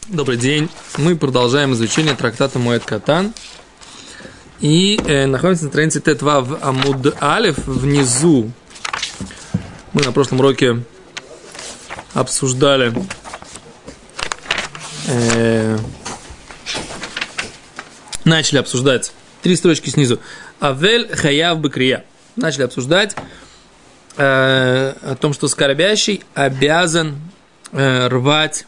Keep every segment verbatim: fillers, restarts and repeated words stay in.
Добрый день. Мы продолжаем изучение трактата Моэд Катан. И э, находимся на странице Тетва в Амуд Алеф. Внизу мы на прошлом уроке обсуждали э, начали обсуждать три строчки снизу. Авель хаяв бекрия. Начали обсуждать э, о том, что скорбящий обязан э, рвать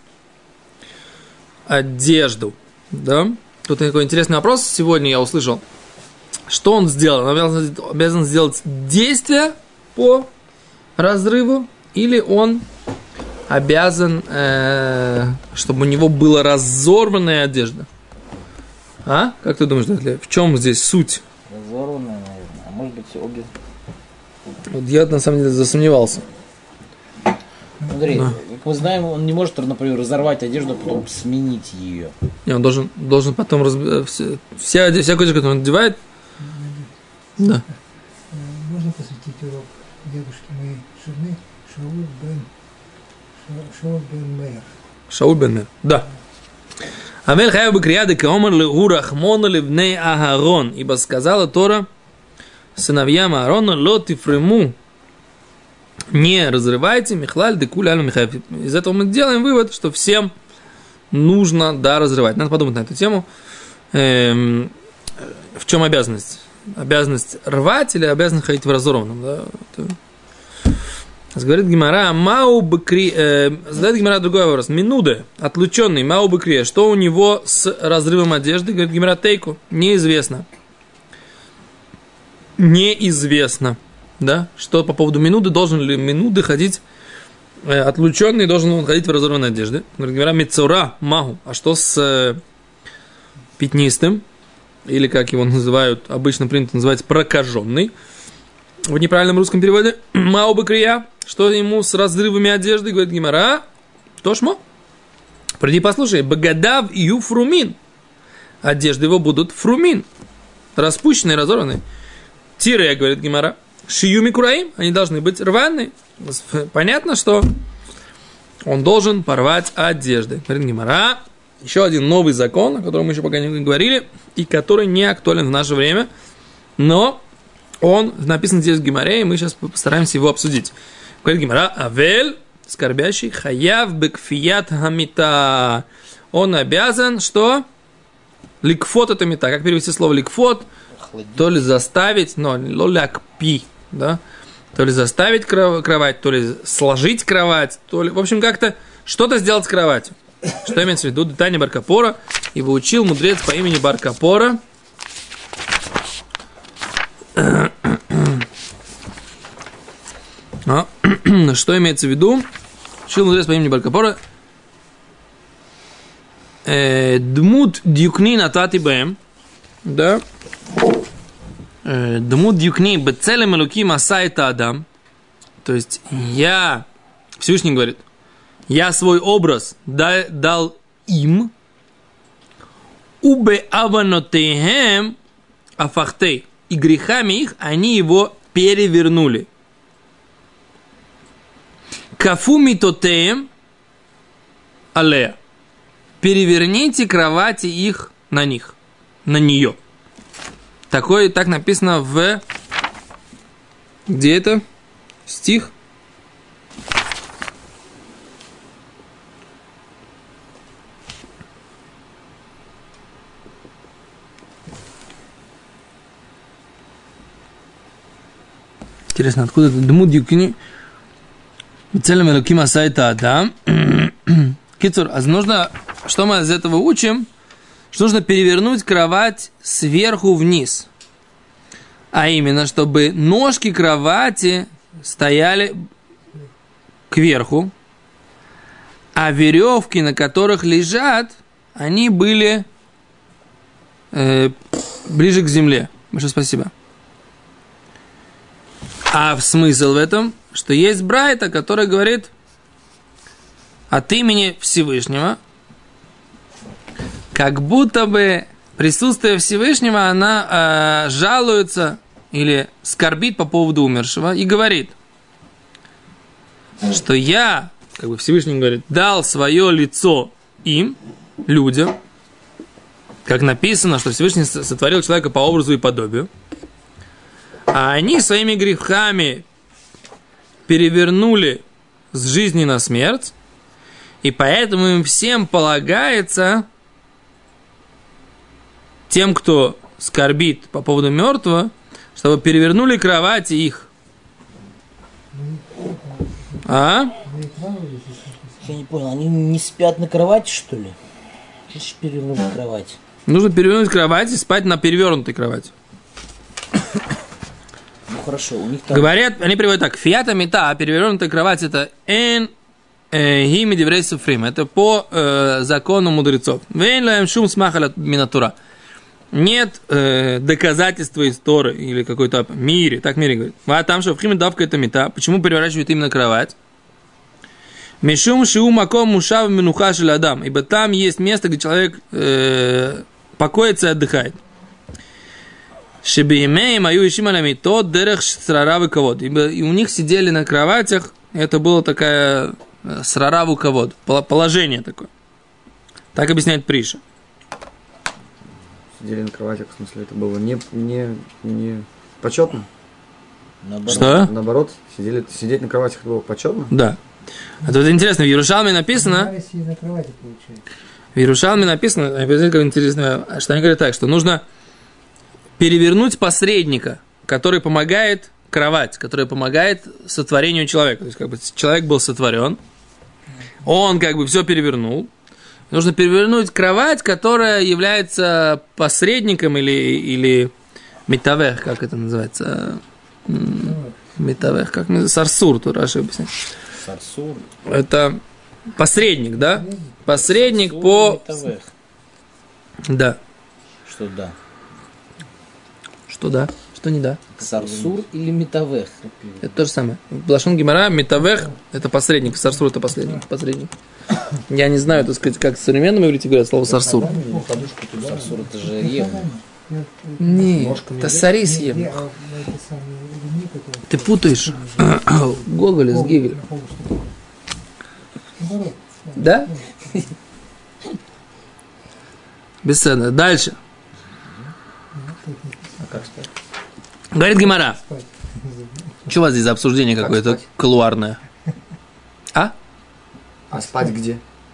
одежду, да? Тут такой интересный вопрос сегодня я услышал. Что он сделал? Он обязан, обязан сделать действие по разрыву, или он обязан, э, чтобы у него была разорванная одежда? А? Как ты думаешь, Дмитрий, в чем здесь суть? Разорванная, наверное. А может быть, обе. Вот я на самом деле засомневался. Смотри, да. Как мы знаем, он не может, например, разорвать одежду, а потом сменить ее. Не, он должен, должен потом разб... вся, вся, вся одежда, которую он надевает. Да. Можно посвятить урок дедушки моей жены Шауль бен Шауль бен Мейер. Шауль бен Мейер. Да. Авель хаяв бекрия декаомар легу рахмона ливней Агарон. Ибо сказала Тора сыновьям Аарона: ло тифрему. Не разрывайте михлаль декуль алю михаев. Из этого мы делаем вывод, что всем нужно, да, разрывать. Надо подумать на эту тему. Эм, в чем обязанность? Обязанность рвать или обязанность ходить в разорванном? Да? Это... Говорит Гемара, мау бекри... Э, задает Гемара другой вопрос. Минуды, отлученный, мау бекри. Что у него с разрывом одежды? Говорит Гемара, тейку. Неизвестно. Неизвестно. Да? Что по поводу минуды, должен ли минуды ходить э, отлученный, должен он ходить в разорванной одежде? Говорит Гемара, мицура магу. А что с э, пятнистым? Или, как его называют, обычно принято называть прокаженный. В неправильном русском переводе. Мау бекрия. Что ему с разрывами одежды? Говорит Гемара, тошмо. Приди послушай. Багадав ю фрумин. Одежды его будут фрумин. Распущенные, разорванные. Тире, говорит Гемара. Шиюми кураим. Они должны быть рваные. Понятно, что он должен порвать одежды. Говорит Гемара. Еще один новый закон, о котором мы еще пока не говорили, и который не актуален в наше время, но он написан здесь в Гемаре, и мы сейчас постараемся его обсудить. Говорит Гемара, авель, скорбящий, хаяв бекфият хамита. Он обязан, что? Ликфот это мита. Как перевести слово ликфот? То ли заставить, но лолякпи, да? То ли заставить кровать, то ли сложить кровать, то ли, в общем, как-то что-то сделать с кроватью. Что имеется в виду? Таня Баркапора. И выучил мудрец по имени Баркапора. А, что имеется в виду? Учил мудрец по имени Баркапора. Дмут дюкни натати бэм. Да. Дмут дюкни бецелем элуки масайта адам. То есть я... Всевышний говорит, я свой образ дал, дал им, убе аванотехем афахтей, и грехами их они его перевернули. Кафуми тотеем алея, переверните кровати их на них, на нее. Такое, так написано в... Где это? Стих? Интересно, откуда это? Дмут дюкни. Целым элуким асайта адам. Кицур, а нужно, что мы из этого учим? Что нужно перевернуть кровать сверху вниз. А именно, чтобы ножки кровати стояли кверху, а веревки, на которых лежат, они были э, ближе к земле. Большое спасибо. А смысл в этом, что есть брайта, который говорит от имени Всевышнего, как будто бы присутствие Всевышнего, она э, жалуется или скорбит по поводу умершего и говорит, что я, как бы Всевышний говорит, дал свое лицо им, людям, как написано, что Всевышний сотворил человека по образу и подобию, а они своими грехами перевернули с жизни на смерть, и поэтому им всем полагается, тем, кто скорбит по поводу мертвого, чтобы перевернули кровати их. А? Я не понял, они не спят на кровати, что ли? Значит, перевернули кровать. Нужно перевернуть кровать и спать на перевернутой кровати. Ну хорошо, у них там... Говорят, они приводят так: фиата мета, а перевернутая кровать это эн гими деврей суфрим. Это по э, закону мудрецов. Вейн лаем шум смахаля минатура. Нет э, доказательства из Торы или какой-то мире, так в мире говорит. А там что в химе давка это мета. Почему переворачивают именно кровать? Мишум шиу маком мушав минуха шель адам. Ибо там есть место, где человек э, покоится и отдыхает. Шебиемеем аю ишималями то дерех сраравы ковод. Ибо и у них сидели на кроватях. Это было такая срараву ковод. Положение такое. Так объясняет Приша. Сидели на кроватях, в смысле, это было не, не, не почетно? Наоборот. Что? Наоборот, сидели, сидеть на кроватях это было почетно? Да. А тут интересно, в Иерушалме написано... На кровати, получается. В Иерушалме написано, как интересно, что они говорят так, что нужно перевернуть посредника, который помогает кровать, который помогает сотворению человека. То есть, как бы, человек был сотворен, он как бы все перевернул. Нужно перевернуть кровать, которая является посредником или, или метавех, как это называется? Метавех, как мы... Сарсур, тут Раши объясняет. Сарсур. Это посредник, да? Посредник Сарсур, по... метавех. Да. Что да? Что да? Что не да? Сарсур или метавех? Это то же самое. Лашон гемара, метавех – это посредник, сарсур – это посредник. посредник. Я не знаю, так сказать, как в современном иврите говорят слово сарсур. Сарсур это же евно. Нет, это сарис евно. Ты путаешь Гоголь с Гегелем. Да? Бесценно. Дальше. Говорит гемара. Что у вас здесь за обсуждение какое-то кулуарное? А? А спать где?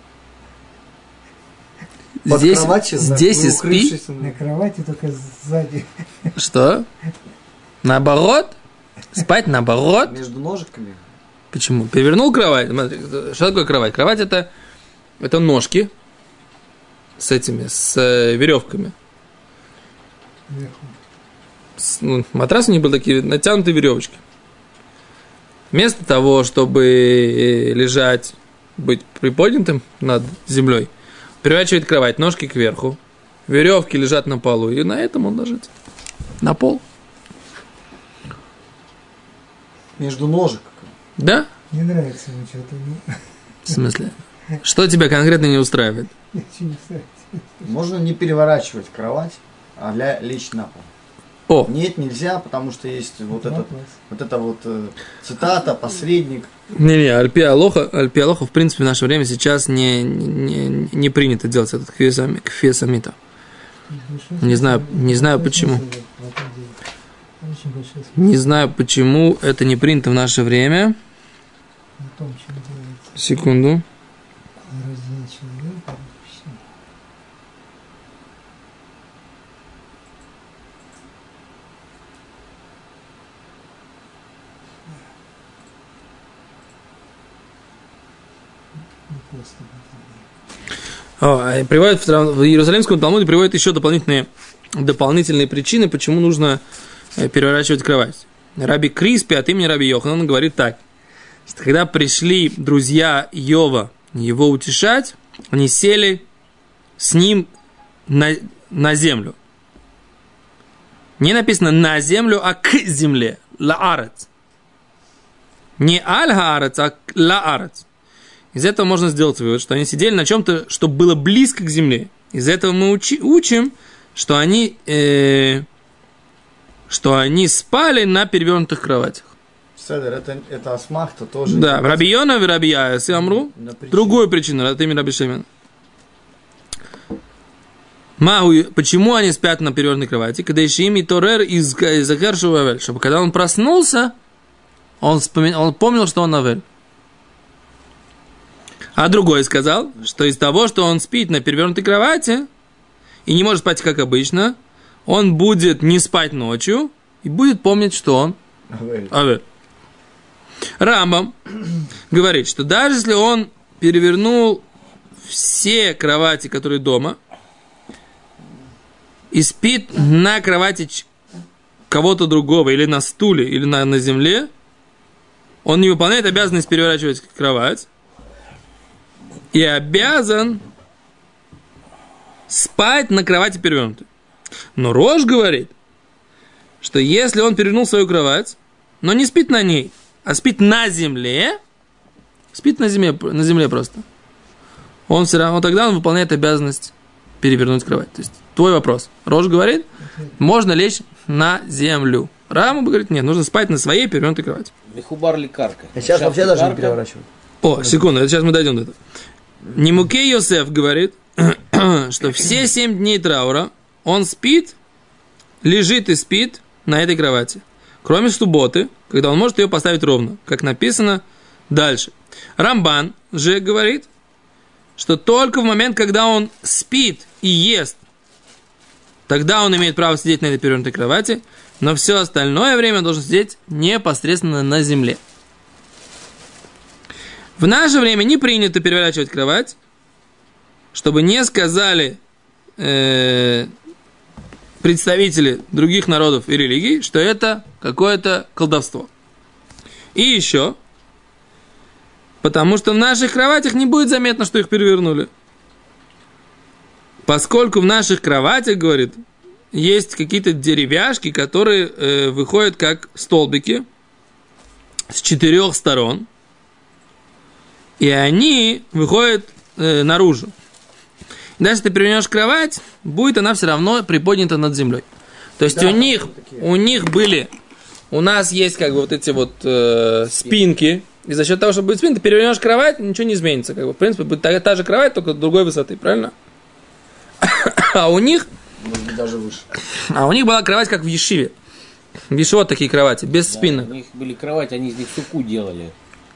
Под здесь, кроватью, здесь и спи. На кровати, только сзади. Что? Наоборот? Спать наоборот? Между ножиками? Почему? Перевернул кровать. Смотри, что такое кровать? Кровать это, это ножки с этими, с э, веревками. С, ну, матрасы не были такие натянутые веревочки. Вместо того, чтобы лежать, быть приподнятым над землей, переворачивает кровать, ножки кверху, веревки лежат на полу, и на этом он ложится. На пол. Между ножек. Да? Не нравится мне что-то. Ну. В смысле? Что тебя конкретно не устраивает? Можно не переворачивать кровать, а ля- лечь на пол. О. Нет, нельзя, потому что есть вот, этот, вот эта вот э, цитата, посредник. Не-не, Альпи Алоха, Альпи Алоха, в принципе, в наше время сейчас не, не, не принято делать этот кфесамита. Не знаю, не знаю почему. Не знаю, почему это не принято в наше время. Секунду. О, приводит, в Иерусалимском Талмуде приводят еще дополнительные, дополнительные причины, почему нужно переворачивать кровать. Раби Криспи от имени Раби Йоханана говорит так, что когда пришли друзья Йова его утешать, они сели с ним на, на землю. Не написано на землю, а к земле. Ла-арец. Не аль-ха-арец, а ла-арец. Из этого можно сделать вывод, что они сидели на чем-то, что было близко к земле. Из этого мы учи, учим, что они, э, что они спали на перевернутых кроватях. Седер, это, это асмахта тоже. Да, Раби Йона и Раби Яс и Амру. Другую причину, это имя Раби Шимон. Магу, почему они спят на перевернутой кровати? Когда ищем и торер из Захаршева Авель, чтобы когда он проснулся, он, вспомин, он помнил, что он Авель. А другой сказал, что из того, что он спит на перевернутой кровати и не может спать как обычно, он будет не спать ночью и будет помнить, что он Авель. Авель. Рамбам говорит, что даже если он перевернул все кровати, которые дома, и спит на кровати кого-то другого, или на стуле, или на, на земле, он не выполняет обязанность переворачивать кровать и обязан спать на кровати перевернутой. Но Рош говорит, что если он перевернул свою кровать, но не спит на ней, а спит на земле, спит на земле, на земле просто, он все равно, тогда он выполняет обязанность перевернуть кровать. То есть твой вопрос. Рош говорит, можно лечь на землю. Рама говорит, нет, нужно спать на своей перевернутой кровати. Мехубар лекарка. А сейчас вообще даже не переворачивают. О, секунду, это сейчас мы дойдем до этого. Нимукей Йосеф говорит, что все семь дней траура он спит, лежит и спит на этой кровати. Кроме субботы, когда он может ее поставить ровно, как написано дальше. Рамбан же говорит, что только в момент, когда он спит и ест, тогда он имеет право сидеть на этой перевернутой кровати, но все остальное время он должен сидеть непосредственно на земле. В наше время не принято переворачивать кровать, чтобы не сказали э, представители других народов и религий, что это какое-то колдовство. И еще, потому что в наших кроватях не будет заметно, что их перевернули. Поскольку в наших кроватях, говорит, есть какие-то деревяшки, которые э, выходят как столбики с четырех сторон, и они выходят э, наружу. Даже если ты перевернешь кровать, будет она все равно приподнята над землей. То есть да, у них, у них были, у нас есть как бы вот эти вот э, спинки, и за счет того, что будет спинка, ты перевернешь кровать, ничего не изменится. Как бы, в принципе, будет та, та же кровать, только другой высоты, правильно? А у них... Может быть, даже выше. А у них была кровать, как в Ешиве. В Ешиве вот такие кровати, без да, спинок. У них были кровати, они из них суку делали.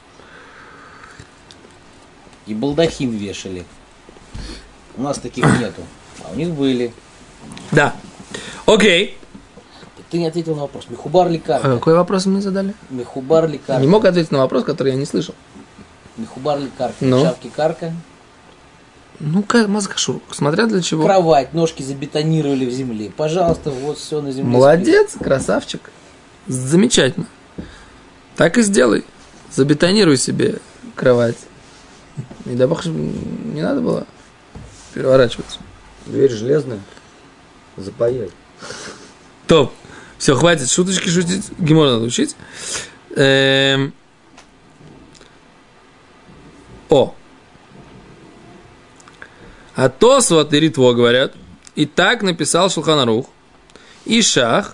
И балдахин вешали. У нас таких нету. А у них были. Да. Окей. Ты не ответил на вопрос. Мехубар лекарка. А какой вопрос мне задали? Мехубар лекарка. Не мог ответить на вопрос, который я не слышал. Мехубар лекарка. Ну? Шапки карка. Ну-ка, мазкашур, смотря для чего. Кровать, ножки забетонировали в земле. Пожалуйста, вот все на земле. Молодец, спит. Красавчик. Замечательно. Так и сделай. Забетонируй себе кровать. И дай бог, не надо было переворачиваться. Дверь железная. Запаяй. Топ. Все, хватит шуточки шутить. Гемор надо учить. Эм... О. А Тосфот и Ритво говорят, и так написал Шулхан Арух, и Шах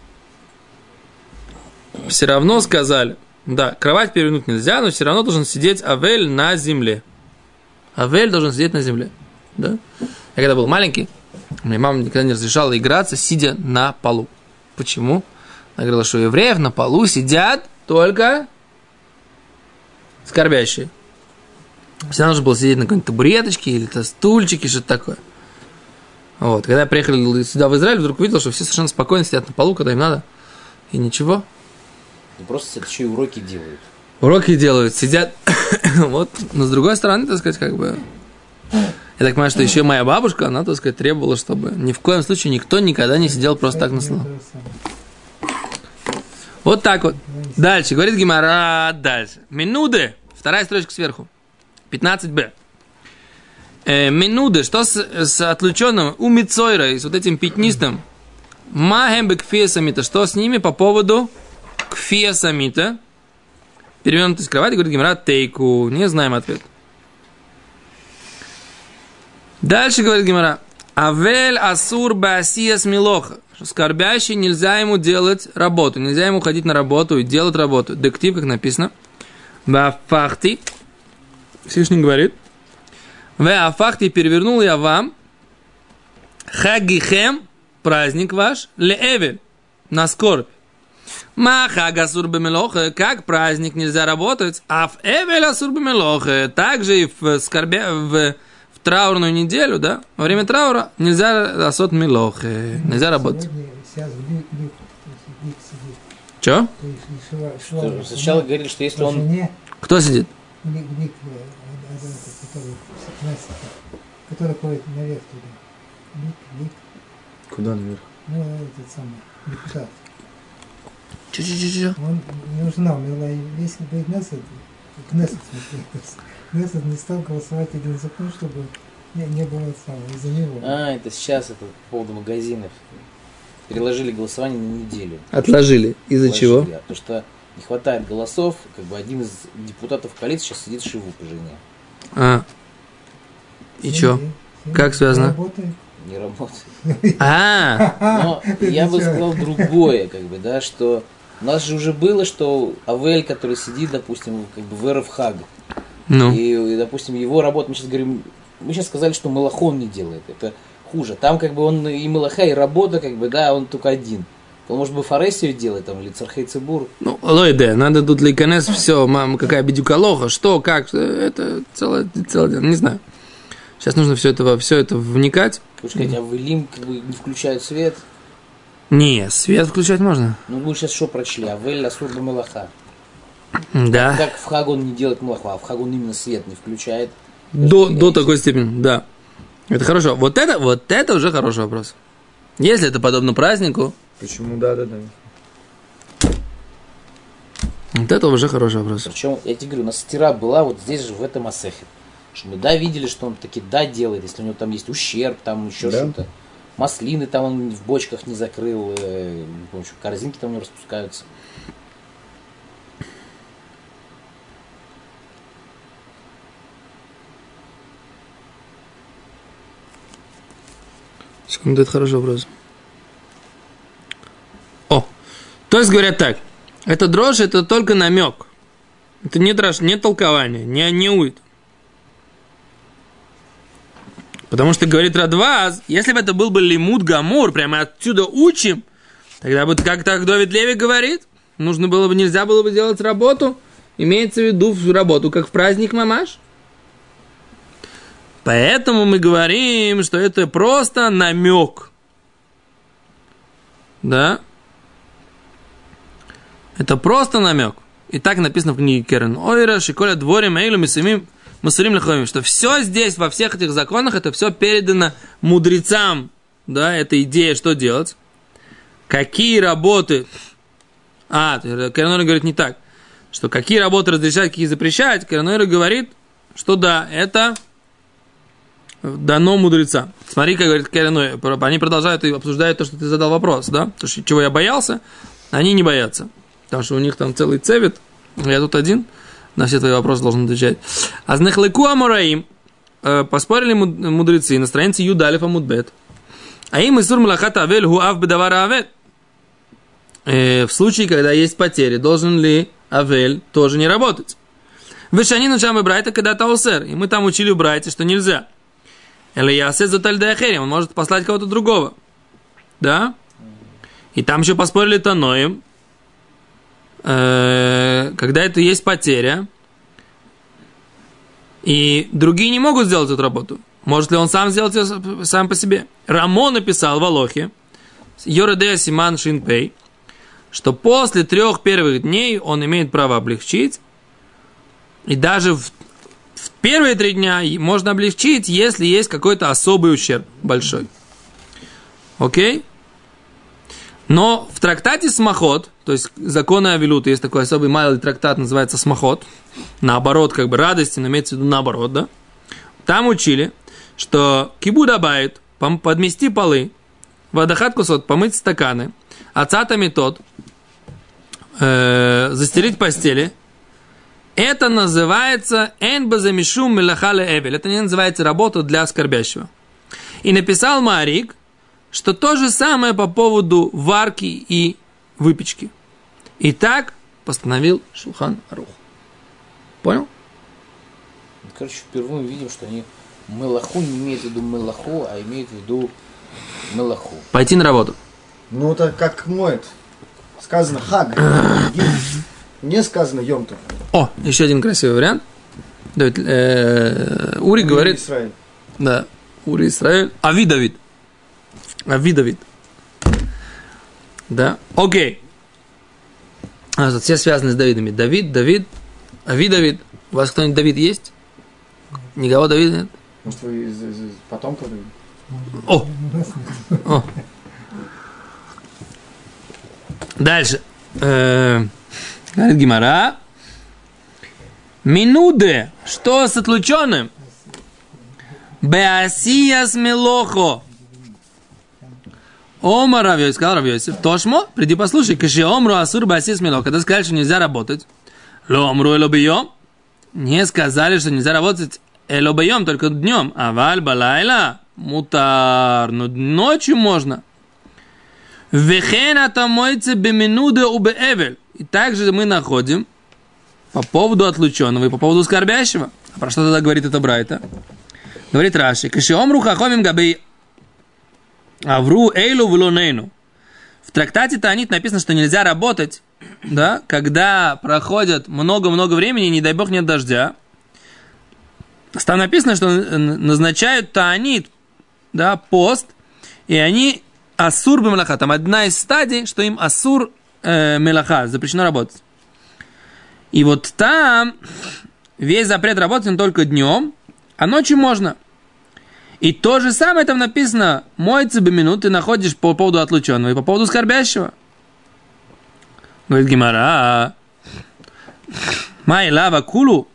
все равно сказали, да, кровать перевернуть нельзя, но все равно должен сидеть Авель на земле. Авель должен сидеть на земле. Да? Я когда был маленький, мне мама никогда не разрешала играться, сидя на полу. Почему? Она говорила, что у евреев на полу сидят только скорбящие. Всегда нужно было сидеть на какой-нибудь табуреточке или -то стульчике, что-то такое. Вот. Когда я приехал сюда в Израиль, вдруг увидел, что все совершенно спокойно сидят на полу, когда им надо. И ничего. И просто еще и уроки делают. Уроки делают, сидят. Вот. Но с другой стороны, так сказать, как бы... Я так понимаю, что еще моя бабушка, она, так сказать, требовала, чтобы ни в коем случае никто никогда не сидел просто так на столе. Вот так вот. Дальше. Говорит Гемара. Дальше. Минуды. Вторая строчка сверху. пятнадцать бэ. Э, минуды, что с, с отлученным у Мицойра и с вот этим пятнистым Махембе кфиесамита, что с ними по поводу кфиесамита? Перевернутый с кровати, говорит Гемара, тейку. Не знаем ответ. Дальше говорит Гемара. Авель асур баасиас милоха. Скорбящий, нельзя ему делать работу. Нельзя ему ходить на работу и делать работу. Дектив, как написано. Бафахти. Всевышний говорит, «Ве афахти перевернул я вам Хагихем, праздник ваш, леэвель, на скорбь. Ма хаг асур бемелохе, как праздник нельзя работать, а в эвель асур бемелохе, также и в скорбе, в, в траурную неделю, да, во время траура нельзя асот мелохе, нельзя работать. Че? Сначала говорили, что если он... Кто сидит? Ник, который, который ходит наверх туда. Ник, Ник. Куда наверх? Ну, этот самый депутат. Че-че-че-че? Он не узнал, если бы Кнессет, Кнессет, Кнессет не стал голосовать один закон, чтобы не, не было самого из-за него. А, это сейчас, это по поводу магазинов. Переложили голосование на неделю. Отложили. Из-за чего? Да, потому что не хватает голосов, как бы один из депутатов коалиции сейчас сидит в Шиву по жене. А. И что? Как связано? Работает. Не работает. А. Но я бы сказал другое, как бы, да, что у нас же уже было, что Авель, который сидит, допустим, как бы в Эрев Хаг, Ну. и, и, допустим, его работа, мы сейчас говорим, мы сейчас сказали, что Мелахон не делает, это хуже. Там как бы он и Мелаха, и работа, как бы, да, он только один. Он, может быть, Фаресию делает, там, или Цархей Цибур. Ну, лойде, надо тут лейконес, все, мама, какая бедюкалоха, что, как, это целое, целое дело, не знаю. Сейчас нужно все это, все это вникать. Вы сказать, а в Илим как бы не включают свет? Не, свет включать можно. Ну, мы сейчас что прочли? Авель Асур Мелаха. Да. Как в Хаг он не делает Мелаху, а в Хаг он именно свет не включает. До, до такой степени, да. Это хорошо. Вот это, вот это уже хороший вопрос. Если это подобно празднику. Почему? Да, да, да. Вот это уже хороший вопрос. Причем, я тебе говорю, у нас стира была вот здесь же, в этом Асехе. Что мы, да, видели, что он таки, да, делает, если у него там есть ущерб, там еще да. что-то. Маслины там он в бочках не закрыл, э, не помню, что, корзинки там у него распускаются. Секунду, это хороший вопрос. О, то есть говорят так, это дрожь, это только намек. Это не дрожь, не толкование, не, не уйт. Потому что говорит Радваз, если бы это был бы лимуд гамур, прямо отсюда учим, тогда бы, как так Довид Леви говорит, нужно было бы, нельзя было бы делать работу, имеется в виду в работу, как в праздник мамаш. Поэтому мы говорим, что это просто намек. Да? Это просто намек. И так написано в книге Керен Ойра, Шиколя Дворим, Эйлу, Мисимим, Мусарим Леховим, что все здесь, во всех этих законах, это все передано мудрецам. Да, это идея, что делать. Какие работы... А, Керен Ойра говорит не так. Что какие работы разрешать, какие запрещать. Керен Ойра говорит, что да, это... дано мудрецам. Смотри, как говорит Керен Ойра. Они продолжают и обсуждают то, что ты задал вопрос, да? То, что, чего я боялся, они не боятся. Потому что у них там целый цевет, я тут один, на все твои вопросы должен отвечать. А знахлеку амураим, поспорили мудрецы на странице Юдалев Амудбет. А им исур млахат авель гу ав бедавара авель. В случае, когда есть потери, должен ли авель тоже не работать? Вешани начам брайта когда таусер. И мы там учили у брайта, что нельзя. Или ясе зутальдахери, он может послать кого-то другого. Да? И там еще поспорили таноим, когда это есть потеря, и другие не могут сделать эту работу. Может ли он сам сделать ее сам по себе? Рамо написал в Алохе, Йоредея Симан Шинпей, что после трех первых дней он имеет право облегчить, и даже в, в первые три дня можно облегчить, если есть какой-то особый ущерб большой. Окей? Но в трактате Смахот, то есть законы Авилута, есть такой особый малый трактат, называется Смахот, наоборот, как бы радости, но имеется в виду наоборот, да? Там учили, что кибуд абайт, подмести полы, вадахат кусот, помыть стаканы, ацата метод, э, застелить постели, это называется энбазамишум мелахале эвель, это не называется работа для скорбящего. И написал Маарик, что то же самое по поводу варки и выпечки. И так постановил Шулхан Арух. Понял? Короче, впервые мы видим, что они мелаху не имеют в виду мелаху, а имеют в виду Мелаху. Пойти на работу. Ну, это как моет. Сказано хаг. День. Не сказано йом-тов. О, еще один красивый вариант. Давид, э, Ури говорит... Израиль. Да, Ури Исраиль. Ави Давид. Ави Давид. Да, окей. А, тут все связаны с Давидами. Давид, Давид, Ави Давид. У вас кто-нибудь Давид есть? Никого Давида нет? Может, вы из, из, из потомков Давида? О! О! Дальше. Э, говорит Гемара. Минуде. Что с отлученным? Беасия с мелохо. Ома Равьёй, сказал Равьёйсев. Тошмо, приди послушай. Каши омру асур беасия с мелохо. Когда сказали, что нельзя работать. Ло омру эло бьем. Не сказали, что нельзя работать эло бьем, только днем. Аваль балайла. Мутар. Но ночью можно. Вехена тамойце беминуде убеэвель. И также мы находим по поводу отлученного и по поводу скорбящего. А про что тогда говорит это Брайта? Говорит Раши. Кашиомру хахомим габей авру эйлу влонейну. В трактате Таанит написано, что нельзя работать, да, когда проходит много-много времени, не дай бог нет дождя. Там написано, что назначают Таанит, да, пост, и они асур бемелаха. Там одна из стадий, что им асур э, мелаха, запрещено работать. И вот там весь запрет работать он только днем, а ночью можно. И то же самое там написано, моется бы минут, ты находишь по поводу отлученного и по поводу скорбящего. Говорит Гемара, май лава кулу,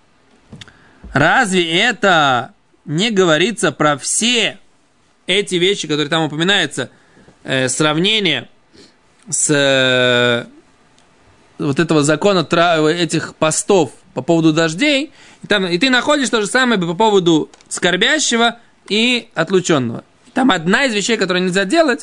разве это не говорится про все эти вещи, которые там упоминаются, э, сравнение с э, вот этого закона этих постов по поводу дождей, и, там, и ты находишь то же самое по поводу скорбящего и отлученного. Там одна из вещей, которые нельзя делать,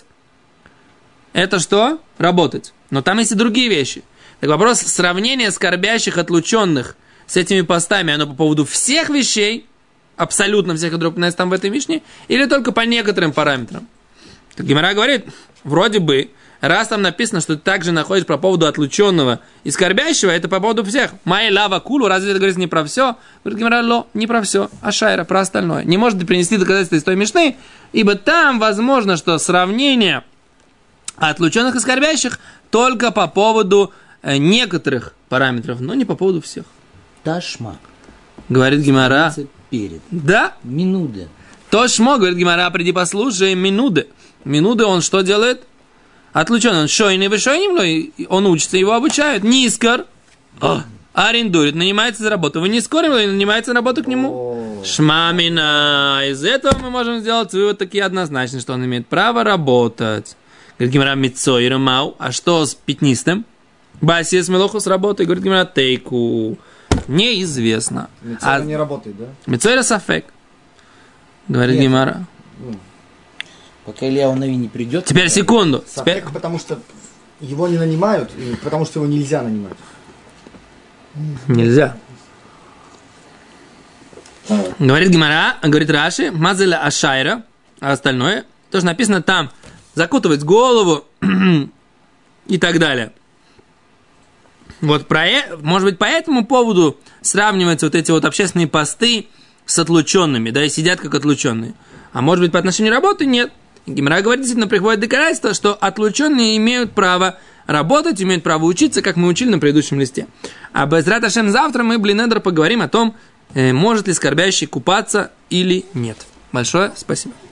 это что? Работать. Но там есть и другие вещи. Так вопрос сравнения скорбящих, отлученных с этими постами, оно по поводу всех вещей, абсолютно всех, которые упоминаются там в этой Мишне, или только по некоторым параметрам. Так Гемара говорит, вроде бы, раз там написано, что ты также находишь по поводу отлученного и скорбящего, это по поводу всех. Май лава кулу, разве это говорится не про все? Говорит Гемара, ло, не про все, а шайра, про остальное. Не может принести доказательства из той Мишны, ибо там возможно, что сравнение отлученных и скорбящих только по поводу некоторых параметров, но не по поводу всех. Ташма. Говорит Гемара. Перед. Да. Минуды. Тошмо, говорит Гемара, приди послушай, минуды. Минуды он что делает? Отлучен, он шойный, вы шойним, он учится, его обучают. Нискор, арендует, нанимается за работу. Вы не скорим, нанимается на работу к нему. Шмамина. Из этого мы можем сделать вывод такие однозначно, что он имеет право работать. Говорит Гемара, митцо и рамау. А что с пятнистым? Басия с мелоху с работой. Говорит Гемара, тейку. Неизвестно. Митцо а... не работает, да? Митцо и сафек. Говорит Гемара. Пока Илья Нави не придет. Теперь секунду. Сафек, Теперь... потому что его не нанимают, и потому что его нельзя нанимать. Нельзя. Говорит Гемара, говорит Раши, мазеля ашайра, а остальное, тоже написано там, закутывать голову и так далее. Вот про, может быть, по этому поводу сравниваются вот эти вот общественные посты с отлученными, да, и сидят как отлученные. А может быть, по отношению работы нет. Гемара говорит, действительно, приходит доказательство, что отлученные имеют право работать, имеют право учиться, как мы учили на предыдущем листе. А Безрат Ашем завтра мы, Блинедер, поговорим о том, может ли скорбящий купаться или нет. Большое спасибо.